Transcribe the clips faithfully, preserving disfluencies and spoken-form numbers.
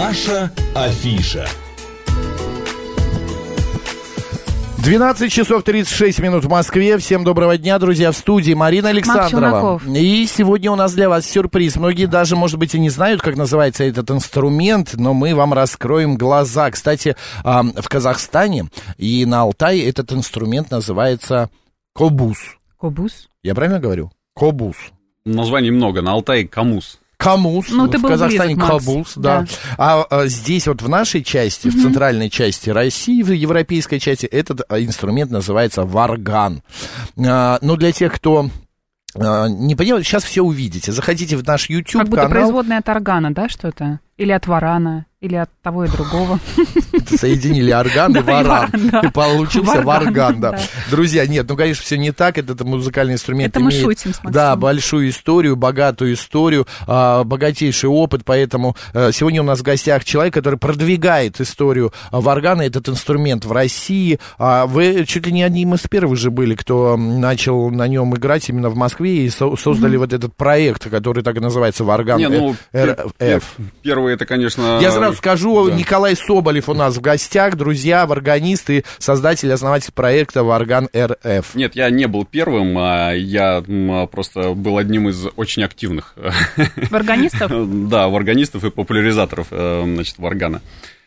Наша афиша. двенадцать часов тридцать шесть минут в Москве. Всем доброго дня, друзья. В студии Марина Александрова. И сегодня у нас для вас сюрприз. Многие даже, может быть, и не знают, как называется этот инструмент, но мы вам раскроем глаза. Кстати, в Казахстане и на Алтае этот инструмент называется кобуз. Кобуз? Я правильно говорю? Кобуз. Названий много. На Алтае камуз. Камуз, ну, в Казахстане кабуз, да. да. А, а здесь вот в нашей части, mm-hmm. в центральной части России, в европейской части, этот инструмент называется варган. А, но для тех, кто а, не понимает, сейчас все увидите. Заходите в наш YouTube-канал. Как будто производная от органа, да, что-то? Или от варана, или от того и другого. Соединили орган и варан, и получился варган, да. Друзья, нет, ну, конечно, все не так, этот музыкальный инструмент имеет, да, большую историю, богатую историю, богатейший опыт, поэтому сегодня у нас в гостях человек, который продвигает историю варгана, этот инструмент в России. Вы чуть ли не одним из первых же были, кто начал на нем играть именно в Москве и создали вот этот проект, который так и называется «Варган эр эф». Первый это, конечно... Я сразу скажу, да. Николай Соболев у нас в гостях, друзья, варганист и создатель, основатель проекта «Варган эр эф». Нет, я не был первым, я просто был одним из очень активных... Варганистов? Да, варганистов и популяризаторов, значит, варгана.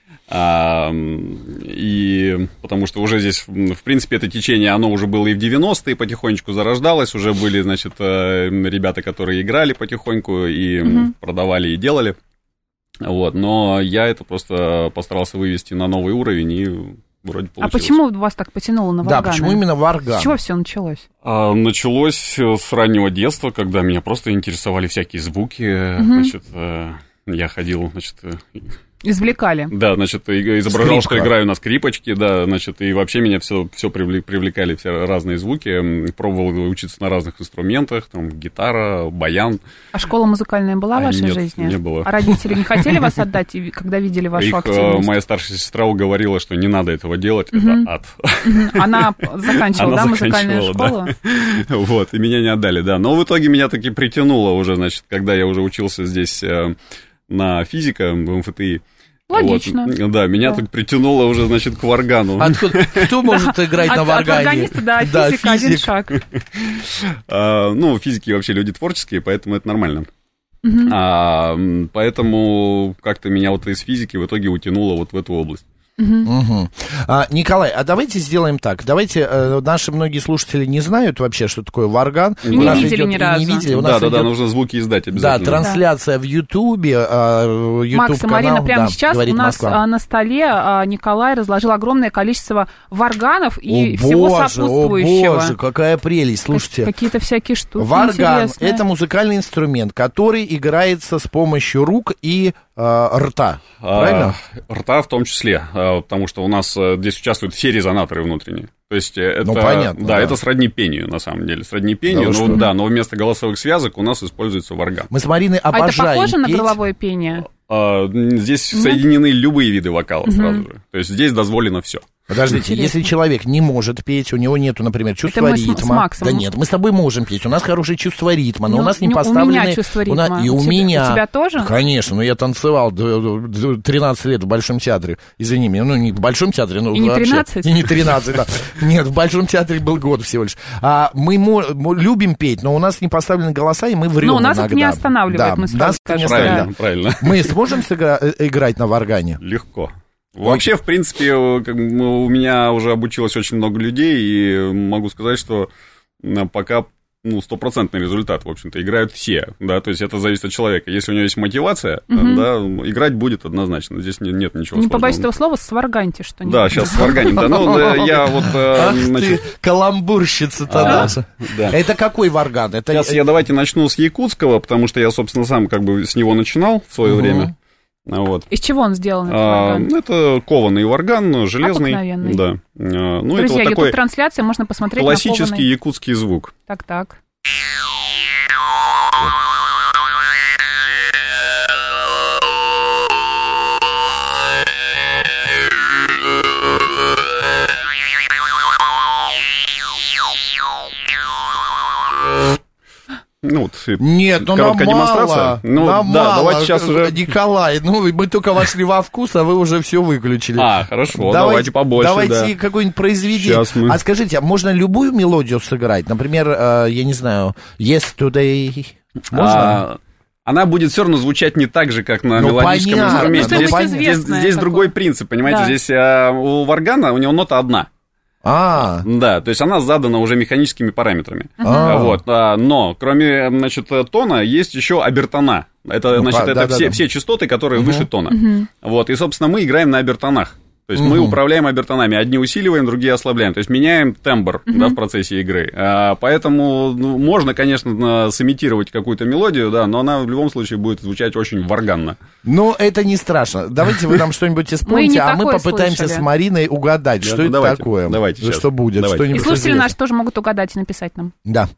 И потому что уже здесь, в принципе, это течение, оно уже было и в девяностые, потихонечку зарождалось, уже были, значит, ребята, которые играли потихоньку и угу. продавали и делали. Вот, но я это просто постарался вывести на новый уровень, и вроде получилось. А почему вас так потянуло на варган? Да, почему именно варган? С чего все началось? А, началось с раннего детства, когда меня просто интересовали всякие звуки. Угу. Значит, я ходил, значит... Извлекали. Да, значит, изображал, Скрипка. Что играю на скрипочке, да, значит, и вообще меня все, все привлекали все разные звуки. Пробовал учиться на разных инструментах, там, гитара, баян. А школа музыкальная была а в вашей нет, жизни? не было. А родители не хотели вас отдать, когда видели вашу Их, активность? Моя старшая сестра уговорила, что не надо этого делать, угу. это ад. Угу. Она заканчивала, Она да, музыкальную школу? Да. Вот, и меня не отдали, да. Но в итоге меня таки притянуло уже, значит, когда я уже учился здесь... на физика в эм эф тэ и. Логично. Вот. Да, меня да. так притянуло уже, значит, к варгану. Откуда? Кто может играть на варгане? От варганиста, да, физика, один шаг. Ну, физики вообще люди творческие, поэтому это нормально. Поэтому как-то меня вот из физики в итоге утянуло вот в эту область. Угу. Угу. А, Николай, а давайте сделаем так. Давайте, э, наши многие слушатели не знают вообще, что такое варган. И не видели ни разу. Не видели. У да, нас да, идет... да, нужно звуки издать обязательно. Да, трансляция да. в Ютубе, э, YouTube Макс и Марина, прямо да, сейчас у нас Москва. на столе Николай разложил огромное количество варганов и о, всего боже, сопутствующего. О боже, какая прелесть, слушайте. Какие-то всякие штуки Варган — интересные. это музыкальный инструмент, который играется с помощью рук и э, рта, правильно? А, рта в том числе, потому что у нас здесь участвуют все резонаторы внутренние. То есть это, ну, понятно, да, да, это сродни пению, на самом деле. Сродни пению, да, но, да, но вместо голосовых связок у нас используется варган. Мы с Мариной обожаем А это похоже петь. на горловое пение? А, здесь mm-hmm. соединены любые виды вокала mm-hmm. сразу же. То есть здесь дозволено все. Подождите, Интересно. Если человек не может петь, у него нету, например, чувства это мы ритма. С, с Максом. Да нет, мы с тобой можем петь, у нас хорошее чувство ритма, но ну, у нас не ну, поставлены... У меня чувство ритма. У нас... И у, у тебя, меня... У тебя тоже? Конечно, ну я танцевал тринадцать лет в Большом театре, извини меня, ну не в Большом театре, но и не вообще... тринадцать? И не тринадцать, да. Нет, в Большом театре был год всего лишь. А мы любим петь, но у нас не поставлены голоса, и мы врем иногда. Но у нас это не останавливает, мы сразу скажем. Правильно, правильно. Мы сможем играть на варгане? Легко. Вообще, в принципе, как, у меня уже обучилось очень много людей, и могу сказать, что пока ну, стопроцентный результат, в общем-то, играют все, да, то есть это зависит от человека. Если у него есть мотивация, угу. да, играть будет однозначно, здесь нет, нет ничего не сложного. Не побоюсь этого слова, сварганьте что-нибудь. Да, сейчас сварганим, да, ну, я вот... Ах ты, каламбурщица-то наша. Это какой варган? Сейчас я давайте начну с якутского, потому что я, собственно, сам как бы с него начинал в свое время. Вот. Из чего он сделан? А, это кованый варган, железный. Обыкновенный. Да. Ну, друзья, это вот такой YouTube-трансляция, можно посмотреть классический на кованый... якутский звук. Так-так. Ну, Ну, вот, Нет, ну короткая нам демонстрация. Мало, Ну, нам да, мало. давайте сейчас уже... Николай, ну, мы только вошли во вкус, а вы уже все выключили. А, хорошо, давайте, давайте побольше, Давайте да. какое-нибудь произведение. Мы... А скажите, а можно любую мелодию сыграть? Например, я не знаю, Yesterday... Можно? А... Она будет все равно звучать не так же, как на ну, мелодическом понятно, инструменте. ну, здесь здесь, здесь другой принцип, понимаете? Да. Здесь а, у варгана у него нота одна. А. Да, то есть она задана уже механическими параметрами. А. Вот, а, но кроме, значит, тона есть еще обертона. Это, ну, значит, да, это да, все, да. все частоты, которые угу. выше тона. Угу. Вот, и, собственно, мы играем на обертонах. То есть угу. мы управляем обертонами. Одни усиливаем, другие ослабляем. То есть меняем тембр угу. да, в процессе игры. А, поэтому ну, можно, конечно, сымитировать какую-то мелодию, да, но она в любом случае будет звучать очень варганно. Ну, это не страшно. Давайте вы нам что-нибудь исполните, а мы попытаемся с Мариной угадать, что это такое. Давайте, что будет. И слушатели наши тоже могут угадать и написать нам. Да.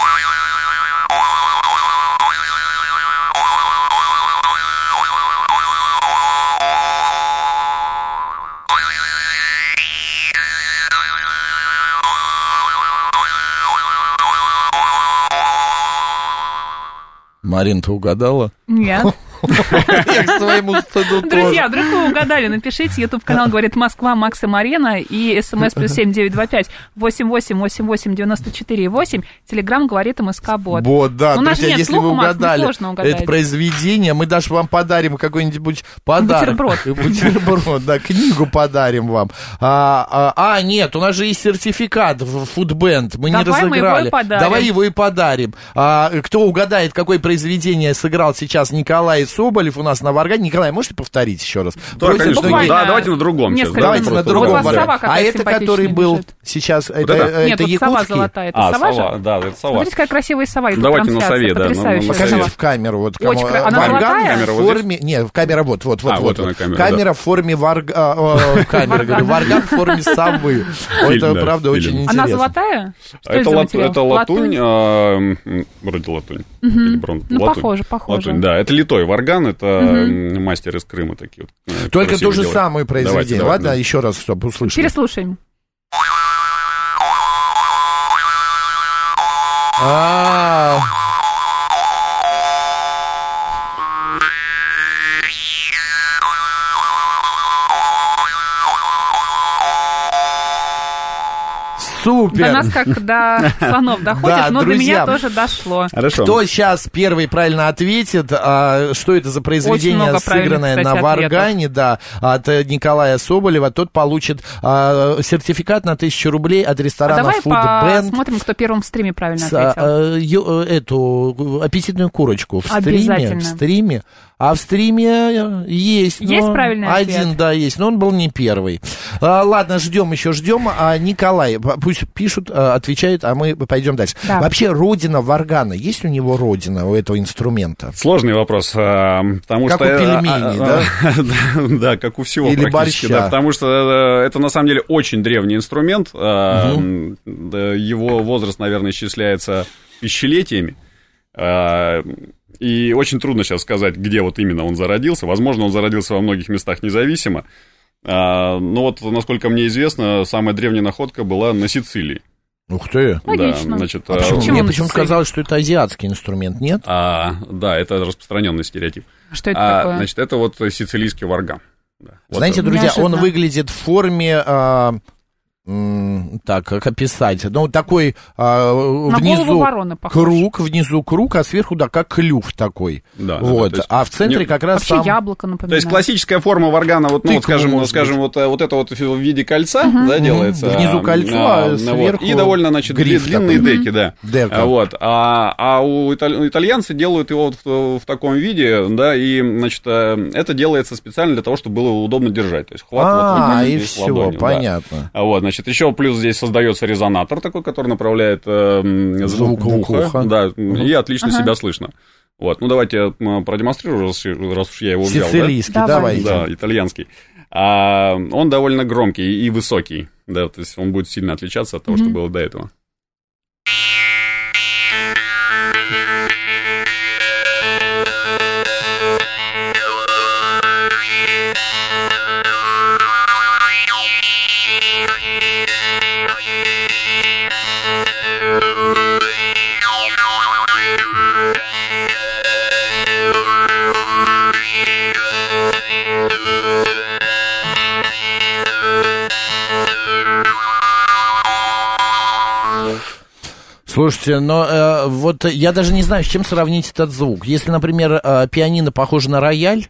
Марин, ты угадала? Нет. Я к своему стыду тоже. Друзья, вдруг вы угадали, напишите. Ютуб-канал «Говорит Москва», Макс и Марина. И смс плюс семь девять два пять восемь восемь восемь восемь девяносто четыре восемь. Телеграм «Говорит МСК-бот». Вот, да, друзья, если вы угадали это произведение, мы даже вам подарим какой-нибудь подарок. Бутерброд. Бутерброд, да, книгу подарим вам. А, а, а, нет, у нас же есть сертификат в Фудбенд, мы не разыграли. Давай его и подарим. А, кто угадает, какое произведение сыграл сейчас Николай Соболев у нас на варгане. Николай, можете повторить еще раз? Да, Просим, что... да, давайте на другом. Сейчас, давайте на другом. Вот сова, а это который был лежит. сейчас, вот это, это? Нет, это вот сова золотая, это а, сова, сова же? Да, это сова. Смотрите, какая красивая сова. Давайте на сове, да. Покажите в камеру. Вот, Очень кому... кра... Она Варган золотая? в форме... Нет, камера вот, вот, вот. А, вот, вот она камера, камера да. в форме варга... камера, говорю, варган в форме совы. Это, правда, очень интересно. Она золотая? Это латунь, вроде латунь. Ну, похоже, похоже. Да, это литой варган, это мастер из Крыма такие вот. Только то же самое произведение. Ладно, еще раз, чтобы услышать. Переслушаем. А. Супер! До нас как до слонов доходит, да, но друзья, до меня тоже дошло. Хорошо. Кто сейчас первый правильно ответит, а, что это за произведение, сыгранное на варгане, да, от Николая Соболева, тот получит а, сертификат на тысячу рублей от ресторана а Food Band. Давай посмотрим, кто первым в стриме правильно ответил. А, ю, эту аппетитную курочку в стриме, в стриме. А в стриме есть. Есть правильный ответ? Один, да, есть, но он был не первый. А, ладно, ждем еще, ждем. А Николай, пусть пишут, отвечают, а мы пойдем дальше. Да. Вообще, родина варгана, есть у него родина, у этого инструмента? Сложный вопрос, потому как что... Как у пельменей, да? Да, как у всего или практически. Борща. Да, потому что это, на самом деле, очень древний инструмент. Угу. Его возраст, наверное, исчисляется тысячелетиями. И очень трудно сейчас сказать, где вот именно он зародился. Возможно, он зародился во многих местах независимо. А, но вот, насколько мне известно, самая древняя находка была на Сицилии. Ух ты! Логично. Да, значит, а почему? Мне почему казалось, что это азиатский инструмент, нет? А, да, это распространенный стереопип. Что это а, такое? Значит, это вот сицилийский варган. Да. Знаете, вот друзья, неожиданно. Он выглядит в форме... А... Так, как описать? Ну, такой а, внизу круг, внизу круг, а сверху, да, как клюв такой. Да, вот. да, да, а в центре не, как раз вообще сам... яблоко напоминает. То есть классическая форма варгана, вот, ну, вот, скажем, скажем вот, вот это вот в виде кольца, uh-huh. да, делается. Внизу кольцо, а, а сверху вот, и довольно, значит, длинные такой. Деки, да. Дека. Вот. А, а у итальянцы делают его вот в, в таком виде, да, и, значит, это делается специально для того, чтобы было удобно держать. То есть хват а, вот, и все, ладонью, понятно. Да. Вот, значит, еще плюс здесь создается резонатор такой, который направляет э, звук, звук в ухо, да, угу. и отлично ага. себя слышно. Вот, ну давайте я продемонстрирую, раз, раз уж я его взял. Сицилийский, да? давайте. Да, итальянский. А, он довольно громкий и высокий, да, то есть он будет сильно отличаться от того, угу. что было до этого. Слушайте, но э, вот я даже не знаю, с чем сравнить этот звук. Если, например, э, пианино похоже на рояль...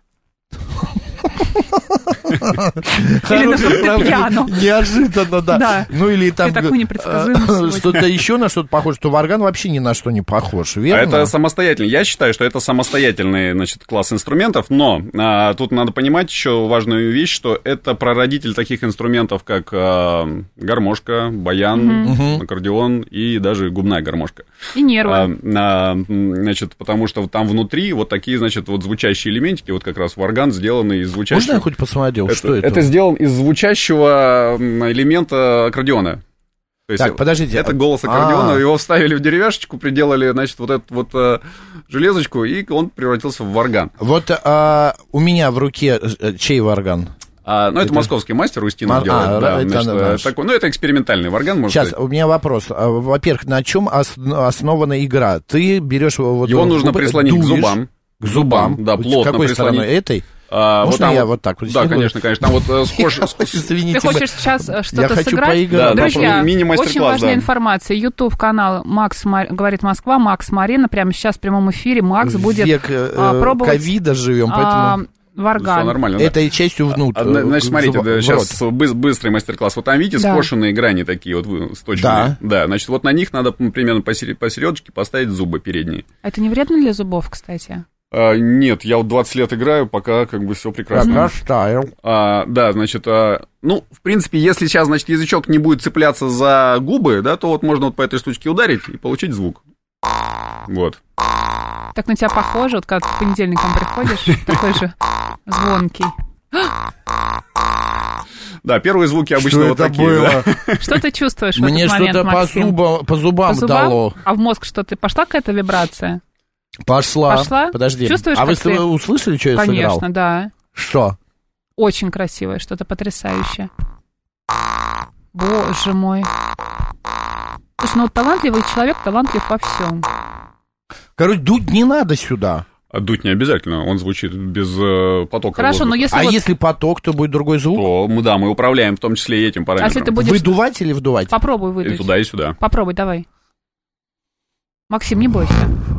Или на фортепиано. Неожиданно, да. Да. Ну или там что-то еще на что-то похоже, то варган вообще ни на что не похож, верно? А это самостоятельный. Я считаю, что это самостоятельный, значит, класс инструментов, но а, тут надо понимать еще важную вещь, что это прародитель таких инструментов, как а, гармошка, баян, угу. аккордеон и даже губная гармошка. И нервы. А, а, значит, потому что там внутри вот такие, значит, вот звучащие элементики, вот как раз варган сделанный из звучащего... Можно я хоть посмотрел, это, что это? Это сделан из звучащего элемента аккордеона. То есть так, подождите. Это голос аккордеона, А-а-а. Его вставили в деревяшечку, приделали, значит, вот эту вот а, железочку, и он превратился в варган. Вот а, у меня в руке чей варган? А, ну, это, это московский мастер Устинов а, делает. А, да, это значит, такой, ну, это экспериментальный варган, может Сейчас, сказать. У меня вопрос. Во-первых, на чем основана игра? Ты берешь... Вот, его нужно губы, прислонить дуешь, к зубам. К зубам? Да, плотно какой прислонить. Стороной? Этой? А, Можно вот я вот, вот так вот Да, сделаю? конечно, конечно. Там вот скош... Извините. Ты хочешь сейчас что-то я хочу сыграть? Поиграть. Да, друзья, да, очень важная да. информация. YouTube-канал Макс Мар... говорит Москва, Макс Марина. Прямо сейчас в прямом эфире Макс будет век, а, пробовать... ковида живем, поэтому... А, варган. Все нормально, да? Этой частью внутрь. Значит, смотрите, в, да, в сейчас быстрый мастер-класс. Вот там, видите, да. скошенные грани такие вот сточные. Да. Да, значит, вот на них надо примерно посередочке поставить зубы передние. Это не вредно для зубов, кстати? А, нет, я вот двадцать лет играю, пока как бы все прекрасно. А, да, значит, а, ну, в принципе, если сейчас, значит, язычок не будет цепляться за губы, да, то вот можно вот по этой штучке ударить и получить звук. Вот. Так на тебя похоже, вот когда ты по понедельникам приходишь, такой же звонкий. Да, первые звуки обычно что вот это такие. Было? Да. Что ты чувствуешь Мне в этот момент, что-то по, зубам, по зубам по зубам дало. А в мозг что-то? Пошла какая-то вибрация? Пошла. Пошла? Подожди. Чувствуешь, а вы ты... услышали, что я Конечно, сыграл? Конечно, да. Что? Очень красивое, что-то потрясающее. Боже мой. Слушай, ну талантливый человек талантлив во всем. Короче, дуть не надо сюда. А дуть не обязательно, он звучит без э, потока. Хорошо, воздуха. но если А вот... если поток, то будет другой звук? То мы, да, мы управляем в том числе и этим параметром. А если ты будешь... Выдувать или вдувать? Попробуй выдуть. И туда, и сюда. Попробуй, давай. Максим, не бойся.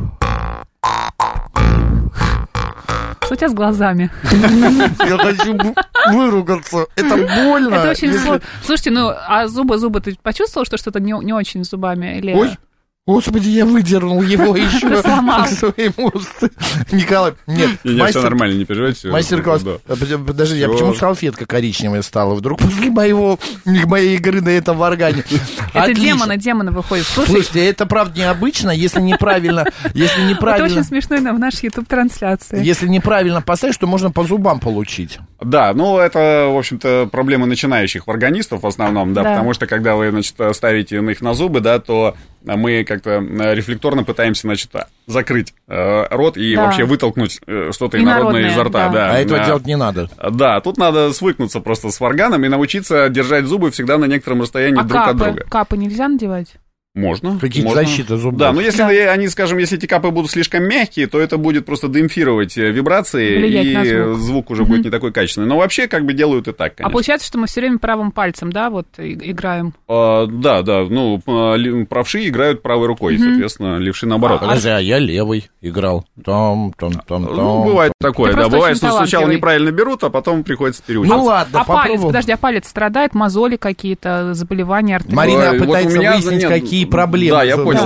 Что у тебя с глазами? Я хочу выругаться. Это больно. Это очень сложно. Слушайте, ну, а зубы, зубы, ты почувствовал, что что-то не, не очень с зубами? Или... Ой, господи, я выдернул его еще к своему... Николай, нет. Нет, все нормально, не переживайте. Мастер-класс. Подожди, а почему салфетка коричневая стала вдруг после моего, моей игры на этом варгане? Это демоны, демоны выходят. Слушайте, это правда необычно, если неправильно... если неправильно. Это очень смешно в нашей YouTube-трансляции. Если неправильно поставить, то можно по зубам получить. Да, ну это, в общем-то, проблема начинающих варганистов в основном, да, да, потому что когда вы, значит, ставите их на зубы, да, то мы как-то рефлекторно пытаемся, значит, закрыть э, рот и да. вообще вытолкнуть э, что-то инородное, инородное изо рта. Да. Да. А этого да. делать не надо. Да, тут надо свыкнуться просто с варганом и научиться держать зубы всегда на некотором расстоянии а друг капы? от друга. Капы нельзя надевать? Можно. Какие-то можно. защиты зубов. Да, но если да. они, скажем, если эти капы будут слишком мягкие, то это будет просто демпфировать вибрации, влиять и звук. звук уже угу. будет не такой качественный. Но вообще как бы делают и так, конечно. А получается, что мы все время правым пальцем, да, вот играем? А, да, да, ну, правши играют правой рукой, угу. соответственно, левши наоборот. А, подожди, а я левый играл. Там, там, там, ну, там, бывает там. такое, Ты да, бывает, что талантливый. сначала неправильно берут, а потом приходится переучить. Ну ладно, а попробуем. палец, подожди, а палец страдает, мозоли какие-то, заболевания, артерии? Марина Ой, пытается вот у меня, выяснить, нет, какие проблемы да, я понял.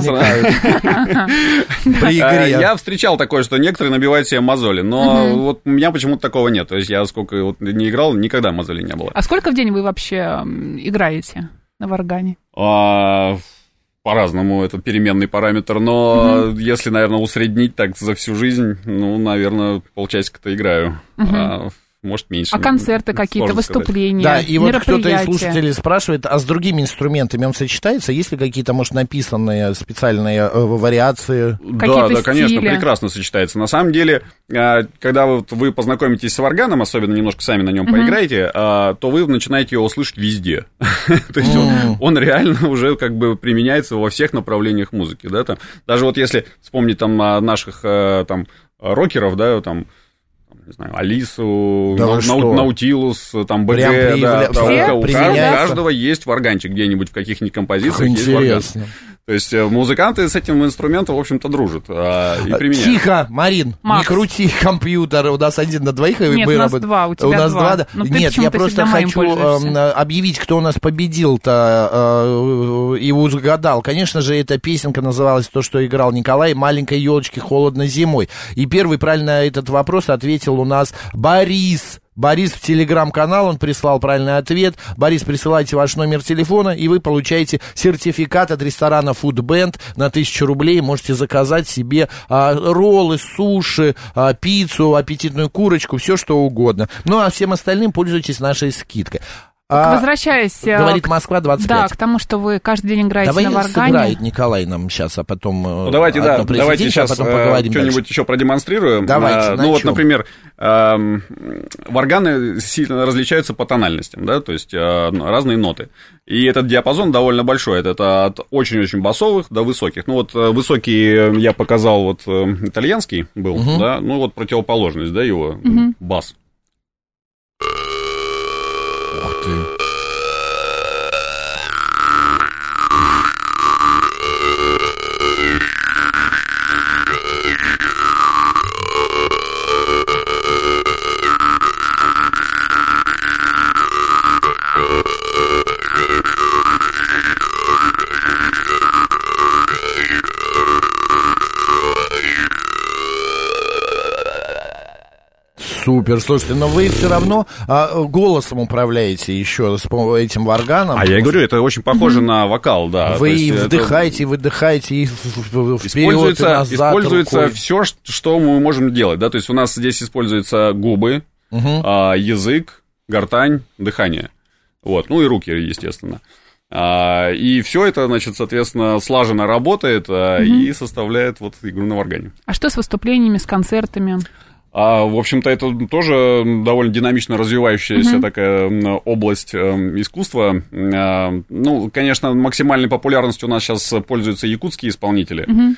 При игре. Я встречал такое, что некоторые набивают себе мозоли, но вот у меня почему-то такого нет. То есть я сколько не играл, никогда мозолей не было. А сколько в день вы вообще играете на варгане? По-разному, это переменный параметр, но если, наверное, усреднить так за всю жизнь, ну, наверное, полчасика-то играю. Может, меньше. А концерты какие-то, выступления, да, и вот кто-то из мероприятия? слушателей спрашивает, а с другими инструментами он сочетается? Есть ли какие-то, может, написанные специальные э, вариации? Какие-то да, да, конечно, стили? прекрасно сочетается. На самом деле, э, когда вы, вы познакомитесь с варганом, особенно немножко сами на нем uh-huh. поиграете, э, то вы начинаете его слышать везде. То есть он, он реально уже как бы применяется во всех направлениях музыки. Да, там. Даже вот если вспомнить там наших э, там, рокеров, да, там, не знаю, Алису, да Нау- Нау- Наутилус, там, БГ, Прям да, приявля... у, у каждого есть варганчик где-нибудь в каких-нибудь композициях. Интересно. Есть варган. То есть музыканты с этим инструментом, в общем-то, дружат а, и применяют. Тихо, Марин, Макс. Не крути компьютер. У нас один на двоих. Нет, мы у нас работ... два, у тебя у нас два. два да? Нет, я просто хочу э, объявить, кто у нас победил-то э, и угадал. Конечно же, эта песенка называлась «То, что играл Николай», «Маленькой елочке холодно зимой». И первый правильно на этот вопрос ответил у нас Борис. Борис в телеграм-канал, он прислал правильный ответ. Борис, присылайте ваш номер телефона, и вы получаете сертификат от ресторана Food Band на тысячу рублей. Можете заказать себе а, роллы, суши, а, пиццу, аппетитную курочку, все что угодно. Ну, а всем остальным пользуйтесь нашей скидкой. А, возвращаясь... Говорит Москва двадцать пять. Да, к тому, что вы каждый день играете Давай на варгане. Давай сыграет Николай нам сейчас, а потом... Ну, давайте, да, давайте сейчас а что-нибудь дальше. Еще продемонстрируем. Давайте, а, Ну, вот, например, э, варганы сильно различаются по тональностям, да, то есть э, разные ноты. И этот диапазон довольно большой, это, это от очень-очень басовых до высоких. Ну, вот высокий я показал, вот итальянский был, угу. да, ну, вот противоположность, да, его, угу. бас. Ух ты. Супер, слушайте, но вы все равно а, голосом управляете еще с этим варганом. А я и говорю, это очень похоже mm-hmm. на вокал, да. Вы и вдыхаете, это... и выдыхаете, и вперед, используется, и назад используется рукой. Все, что мы можем делать, да, то есть у нас здесь используются губы, mm-hmm. а, язык, гортань, дыхание, вот, ну и руки, естественно. А, и все это, значит, соответственно, слаженно работает а, mm-hmm. и составляет вот игру на варгане. А что с выступлениями, с концертами? А, в общем-то, это тоже довольно динамично развивающаяся uh-huh. такая область э, искусства. А, ну, конечно, максимальной популярностью у нас сейчас пользуются якутские исполнители. Uh-huh.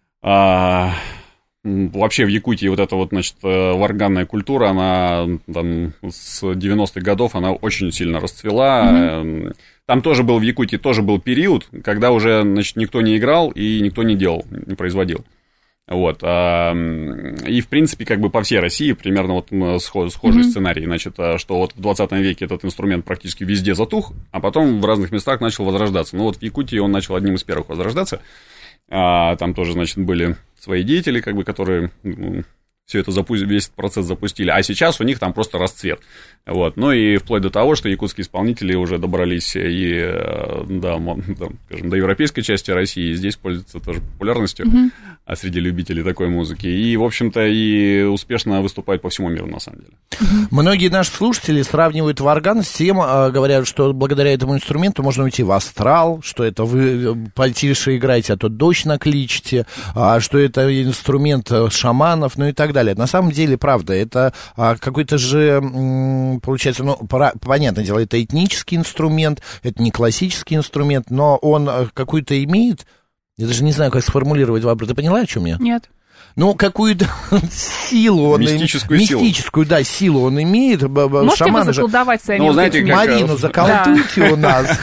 А, вообще в Якутии вот эта вот, значит, варганная культура, она там с девяностых годов, она очень сильно расцвела. Uh-huh. Там тоже был в Якутии, тоже был период, когда уже, значит, никто не играл и никто не делал, не производил. Вот, и, в принципе, как бы по всей России примерно вот схожий mm-hmm. сценарий, значит, что вот в двадцатом веке этот инструмент практически везде затух, а потом в разных местах начал возрождаться. Ну, вот в Якутии он начал одним из первых возрождаться, там тоже, значит, были свои деятели, как бы, которые все это запу- весь этот процесс запустили, а сейчас у них там просто расцвет. Вот. Ну и вплоть до того, что якутские исполнители уже добрались и да, там, скажем, до европейской части России, и здесь пользуются тоже популярностью mm-hmm. а среди любителей такой музыки. И, в общем-то, и успешно выступают по всему миру, на самом деле. Mm-hmm. Многие наши слушатели сравнивают варган с тем, говорят, что благодаря этому инструменту можно уйти в астрал, что это вы потише играете, а то дождь накличете, а что это инструмент шаманов, ну и так далее. На самом деле, правда, это а, какой-то же, м, получается, ну, пора, понятное дело, это этнический инструмент, это не классический инструмент, но он какую-то имеет, я даже не знаю, как сформулировать вопрос. Ты поняла, о чем я? Нет. Ну, какую-то силу он мистическую, им... силу. мистическую, да, силу он имеет. Можете шаманы вы заколдовать своими ну, знаете, как... Марину заколдуйте у нас.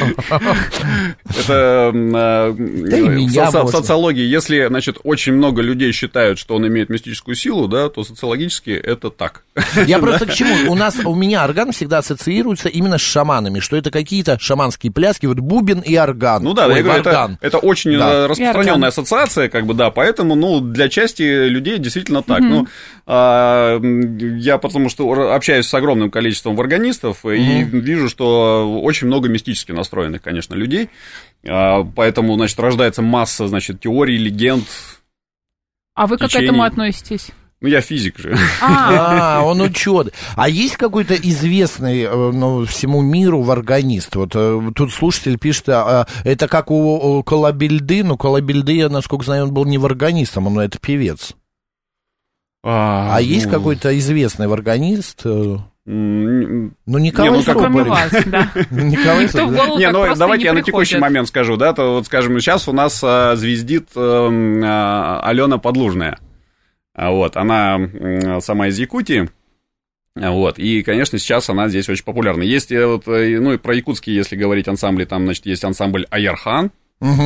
Это в социологии, если, значит, очень много людей считают, что он имеет мистическую силу, да, то социологически это так. Я просто к чему? У нас, у меня орган всегда ассоциируется именно с шаманами, что это какие-то шаманские пляски, вот бубен и орган. Ну да, это очень распространенная ассоциация, как бы, да, поэтому, ну, для части людей действительно так. Mm-hmm. Ну, а, я потому что общаюсь с огромным количеством варганистов mm-hmm. и вижу, что очень много мистически настроенных, конечно, людей. А, поэтому, значит, рождается масса, значит, теорий, легенд. А вы как течений. к этому относитесь? Ну, я физик же. А, он учет. А есть какой-то известный, ну, всему миру варганист? Вот тут слушатель пишет, а, это как у Колобильды, но Колобильды, я, насколько знаю, он был не варганистом, он это певец. А, а ну... есть какой-то известный варганист? Ну, Николай не, ну, Соболев. Вас, да. Николай Соболев. Не, ну, давайте я на текущий момент скажу, да, то вот, скажем, сейчас у нас а, звездит а, Алена Подлужная. Вот, она сама из Якутии, вот, и, конечно, сейчас она здесь очень популярна. Есть, вот, ну, и про якутские, если говорить ансамбли, там, значит, есть ансамбль Аярхан, угу.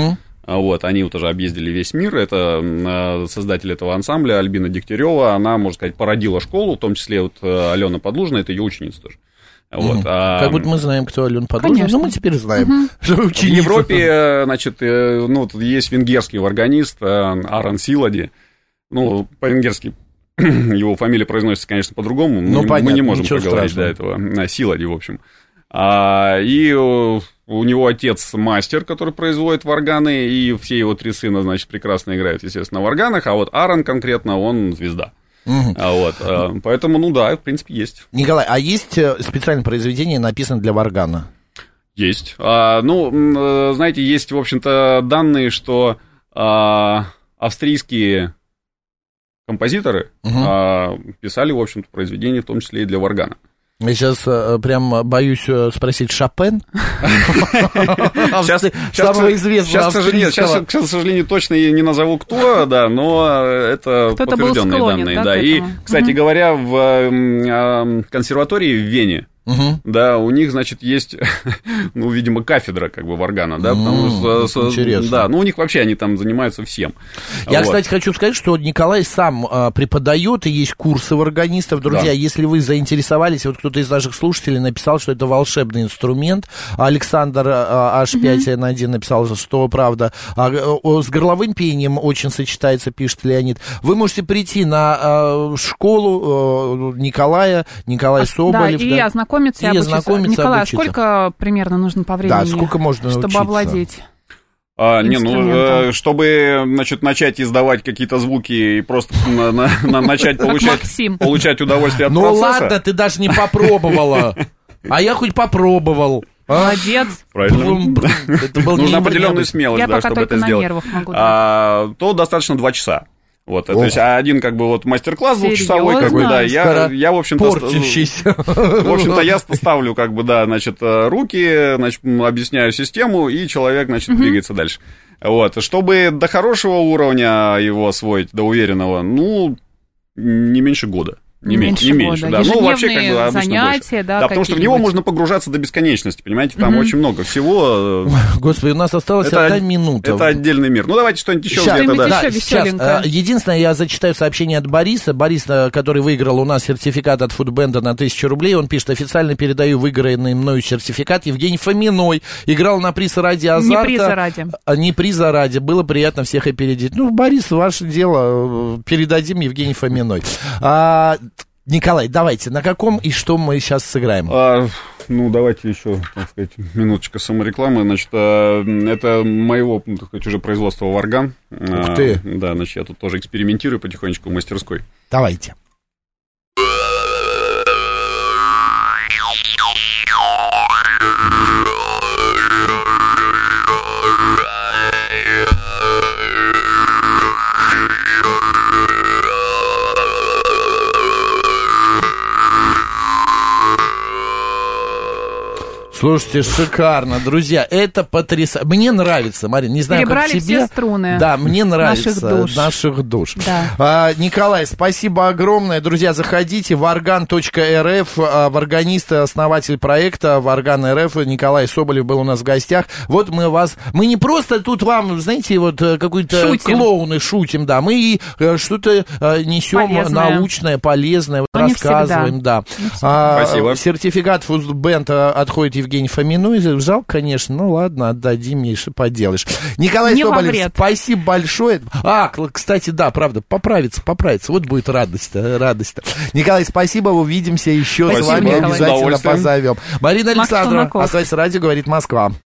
Вот, они вот уже объездили весь мир. Это создатель этого ансамбля Альбина Дегтярева. Она, можно сказать, породила школу, в том числе вот Алена Подлужная, это ее ученица тоже. Вот, угу. а... Как будто мы знаем, кто Алена Подлужная, но мы теперь знаем, угу. что ученица. В Европе, значит, ну, есть венгерский органист Аран Силади. Ну, по-венгерски его фамилия произносится, конечно, по-другому. Ну, мы, понятно, мы не можем проговорить до этого. Силади, в общем. А, и у него отец мастер, который производит варганы, и все его три сына, значит, прекрасно играют, естественно, на варганах, а вот Аран конкретно, он звезда. Угу. А вот, а, поэтому, ну да, в принципе, есть. Николай, а есть специальное произведение, написанное для варгана? Есть. А, ну, знаете, есть, в общем-то, данные, что а, австрийские композиторы угу. а, писали, в общем-то, произведения, в том числе и для варгана. Я сейчас а, прям боюсь спросить, Шопен? Самого известного австрийского. Сейчас, к сожалению, точно не назову кто, да, но это подтвержденные данные. Да. И, кстати говоря, в консерватории в Вене, угу. да, у них, значит, есть, ну, видимо, кафедра, как бы, варгана, да, потому что... Интересно. Да, ну, у них вообще, они там занимаются всем. Я, вот. кстати, хочу сказать, что Николай сам а, преподает, и есть курсы варганистов. Друзья, да. если вы заинтересовались, вот кто-то из наших слушателей написал, что это волшебный инструмент, Александр а, аш пять эн один написал, что правда, а, а, с горловым пением очень сочетается, пишет Леонид. Вы можете прийти на а, школу а, Николая, Николай Соболев. Да, и да. ознакомиться, и, и ознакомиться, Николай, обучиться. А сколько примерно нужно по времени, да, сколько можно чтобы учиться? овладеть? А, не, ну, чтобы, значит, начать издавать какие-то звуки и просто на, на, на, начать получать, получать удовольствие от ну, процесса. Ну ладно, ты даже не попробовала, а я хоть попробовал. Молодец. Правильно. Это был нужна определенная смелость, да, чтобы это сделать. Могу, да. а, то достаточно два часа. Вот, то есть один, как бы, вот мастер-класс двухчасовой, как бы, да, я, я, в общем-то, порчащийся. В общем-то, я ставлю, как бы, да, значит, руки, значит, объясняю систему, и человек, значит, uh-huh. двигается дальше. Вот, чтобы до хорошего уровня его освоить, до уверенного, ну, не меньше года. Не меньше, не меньше, да. Ну, вообще, как бы, обычно занятия, больше. Да, да, потому что в него можно погружаться до бесконечности, понимаете, там mm-hmm. очень много всего. Господи, у нас осталась это, одна минута. Это отдельный мир. Ну, давайте что-нибудь еще сейчас, где-то, да. Еще сейчас. Единственное, я зачитаю сообщение от Бориса. Борис, который выиграл у нас сертификат от Фудбенда на тысячу рублей, он пишет: официально передаю выигранный мною сертификат. Евгений Фоминой играл на приз ради азарта. Не приза ради. Не приза ради. Было приятно всех опередить. Ну, Борис, ваше дело. Передадим Евгений Фоминой. А... Николай, давайте, на каком и что мы сейчас сыграем? А, ну, давайте еще, так сказать, минуточка саморекламы. Значит, а, это моего, так сказать, уже производства варган. Ух ты. А, да, значит, я тут тоже экспериментирую потихонечку в мастерской. Давайте. Слушайте, шикарно, друзья, это потрясающе. Мне нравится, Марина, не знаю, перебрали как тебе. Все струны. Да, мне нравится. Наших душ. Наших душ. Да. А, Николай, спасибо огромное. Друзья, заходите, варган точка эр эф, варганист, основатель проекта Варган точка эр эф, Николай Соболев был у нас в гостях. Вот мы вас, мы не просто тут вам, знаете, вот какой-то шутим. клоуны шутим, да, мы и что-то несем полезное. Научное, полезное, Но рассказываем, да. А, спасибо. Сертификат Фудбенд отходит Евгений Фоминой. Жалко, конечно, ну ладно, отдадим мне, что поделаешь. Николай Не Соболев, спасибо большое. А, кстати, да, правда, поправиться, поправиться. Вот будет радость, радость. Николай, спасибо, увидимся еще спасибо, с вами, Николай. обязательно позовем. Марина Макс Александрова, Челноков. Оставайтесь радио, говорит Москва.